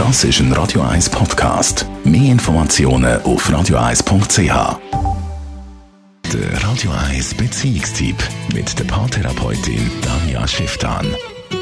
Das ist ein Radio 1 Podcast. Mehr Informationen auf radio1.ch. Der Radio 1 Beziehungstyp mit der Paartherapeutin Tanja Schifftan.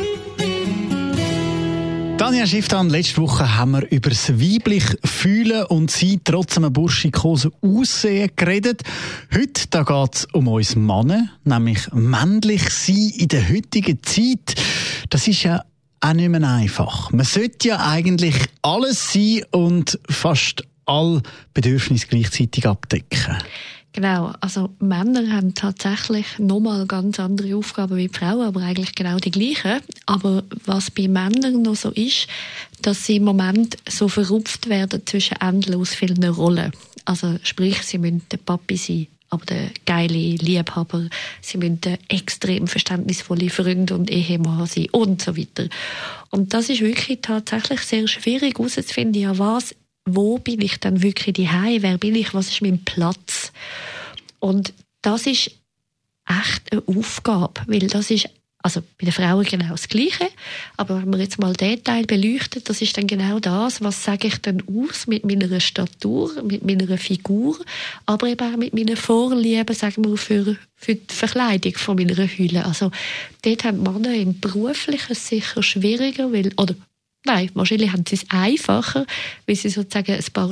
Tanja Schifftan, letzte Woche haben wir über das weiblich Fühlen und Sein trotz einem burschikosen Aussehen geredet. Heute geht es um uns Männer, nämlich männlich sein in der heutigen Zeit. Das ist ja auch nicht mehr einfach. Man sollte ja eigentlich alles sein und fast alle Bedürfnisse gleichzeitig abdecken. Genau, also Männer haben tatsächlich nochmal ganz andere Aufgaben wie die Frauen, aber eigentlich genau die gleichen. Aber was bei Männern noch so ist, dass sie im Moment so verrupft werden zwischen endlos vielen Rollen. Also sprich, sie müssen der Papi sein, aber der geile Liebhaber, sie müssen der extrem verständnisvolle Freund und Ehemann sein und so weiter. Und das ist wirklich tatsächlich sehr schwierig herauszufinden, ja wo bin ich dann wirklich daheim? Wer bin ich? Was ist mein Platz? Und das ist echt eine Aufgabe, weil das ist also bei den Frauen genau das Gleiche, aber wenn man jetzt mal den Teil beleuchtet, das ist dann genau das, was sage ich dann aus mit meiner Statur, mit meiner Figur, aber eben auch mit meinen Vorlieben, sagen wir, für die Verkleidung von meiner Hülle. Also dort haben Männer im Beruflichen sicher schwieriger, wahrscheinlich haben sie es einfacher, weil sie sozusagen ein paar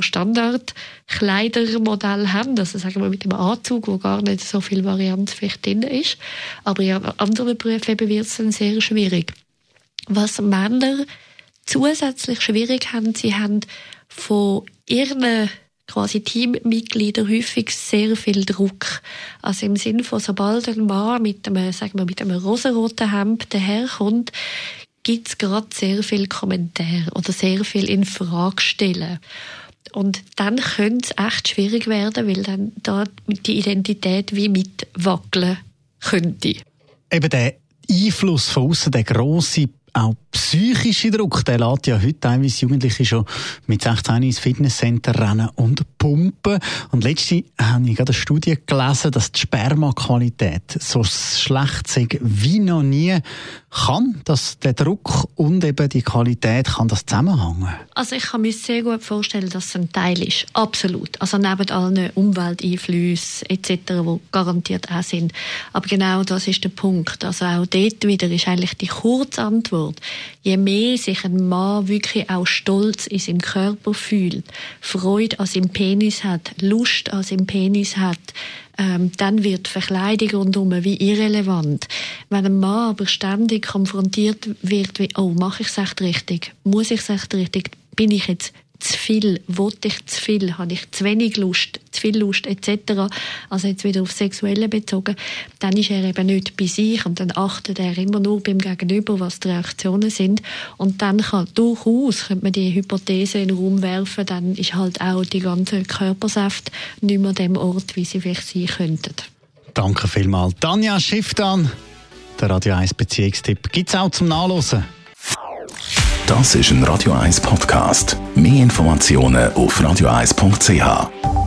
Standardkleidermodelle haben, also sagen wir mit einem Anzug, wo gar nicht so viel Varianz vielleicht drin ist. Aber in anderen Berufen wird es dann sehr schwierig. Was Männer zusätzlich schwierig haben, sie haben von ihren quasi Teammitglieder häufig sehr viel Druck. Also im Sinn von, sobald ein Mann mit einem rosaroten Hemd daherkommt, gibt es gerade sehr viel Kommentare oder sehr viel in Frage stellen. Und dann könnte es echt schwierig werden, weil dann da die Identität wie mitwackeln könnte. Eben der Einfluss von aussen, der grosse, auch psychische Druck, der lässt ja heute teilweise Jugendliche schon mit 16 ins Fitnesscenter rennen und pumpen. Und letztens habe ich gerade eine Studie gelesen, dass die Spermaqualität so schlecht sei wie noch nie. Kann das, der Druck und eben die Qualität, kann das zusammenhängen? Also ich kann mir sehr gut vorstellen, dass es ein Teil ist. Absolut. Also neben allen Umwelteinflüssen etc., die garantiert auch sind. Aber genau das ist der Punkt. Also auch dort wieder ist eigentlich die Kurzantwort. Je mehr sich ein Mann wirklich auch stolz in seinem Körper fühlt, Freude an seinem Penis hat, Lust an seinem Penis hat, dann wird die Verkleidung rundherum wie irrelevant. Wenn ein Mann aber ständig konfrontiert wird, wie, oh, mache ich es echt richtig? Muss ich es echt richtig? Bin ich jetzt zu viel? Wollte ich zu viel? Habe ich zu wenig Lust? Zu viel Lust? Etc. Also jetzt wieder auf Sexuelle bezogen. Dann ist er eben nicht bei sich und dann achtet er immer nur beim Gegenüber, was die Reaktionen sind. Und dann könnte man die Hypothese in den Raum werfen, dann ist halt auch die ganze Körpersaft nicht mehr an dem Ort, wie sie vielleicht sein könnten. Danke vielmals. Tanja Schifftan, der Radio 1 Beziehungstipp. Gibt es auch zum Nachlesen? Das ist ein Radio 1 Podcast. Mehr Informationen auf radio1.ch.